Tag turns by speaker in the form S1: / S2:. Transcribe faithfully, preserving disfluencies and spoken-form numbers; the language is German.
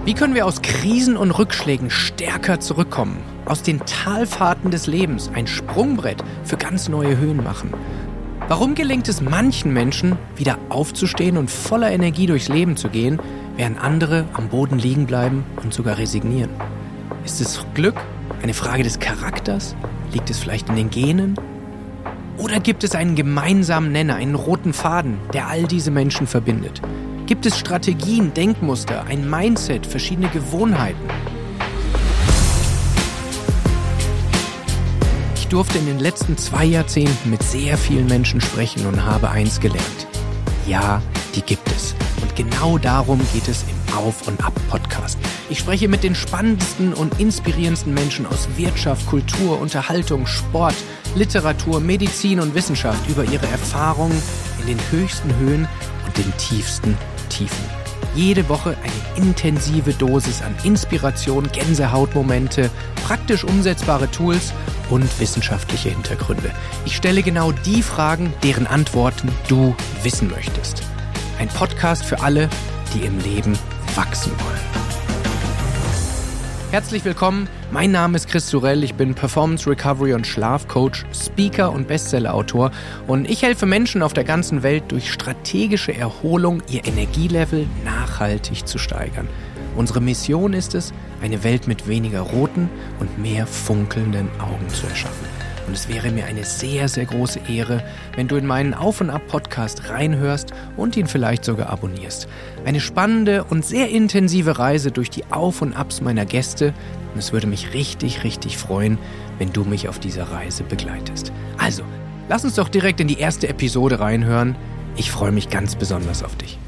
S1: Wie können wir aus Krisen und Rückschlägen stärker zurückkommen? Aus den Talfahrten des Lebens ein Sprungbrett für ganz neue Höhen machen? Warum gelingt es manchen Menschen, wieder aufzustehen und voller Energie durchs Leben zu gehen, während andere am Boden liegen bleiben und sogar resignieren? Ist es Glück? Eine Frage des Charakters? Liegt es vielleicht in den Genen? Oder gibt es einen gemeinsamen Nenner, einen roten Faden, der all diese Menschen verbindet? Gibt es Strategien, Denkmuster, ein Mindset, verschiedene Gewohnheiten? Ich durfte in den letzten zwei Jahrzehnten mit sehr vielen Menschen sprechen und habe eins gelernt. Ja, die gibt es. Und genau darum geht es im Auf- und Ab-Podcast. Ich spreche mit den spannendsten und inspirierendsten Menschen aus Wirtschaft, Kultur, Unterhaltung, Sport, Literatur, Medizin und Wissenschaft über ihre Erfahrungen in den höchsten Höhen und den tiefsten Tiefen. Jede Woche eine intensive Dosis an Inspiration, Gänsehautmomente, praktisch umsetzbare Tools und wissenschaftliche Hintergründe. Ich stelle genau die Fragen, deren Antworten du wissen möchtest. Ein Podcast für alle, die im Leben wachsen wollen. Herzlich willkommen, mein Name ist Chris Sorel, ich bin Performance Recovery und Schlafcoach, Speaker und Bestsellerautor und ich helfe Menschen auf der ganzen Welt durch strategische Erholung ihr Energielevel nachhaltig zu steigern. Unsere Mission ist es, eine Welt mit weniger roten und mehr funkelnden Augen zu erschaffen. Und es wäre mir eine sehr, sehr große Ehre, wenn du in meinen Auf- und Ab-Podcast reinhörst und ihn vielleicht sogar abonnierst. Eine spannende und sehr intensive Reise durch die Auf- und Abs meiner Gäste. Und es würde mich richtig, richtig freuen, wenn du mich auf dieser Reise begleitest. Also, lass uns doch direkt in die erste Episode reinhören. Ich freue mich ganz besonders auf dich.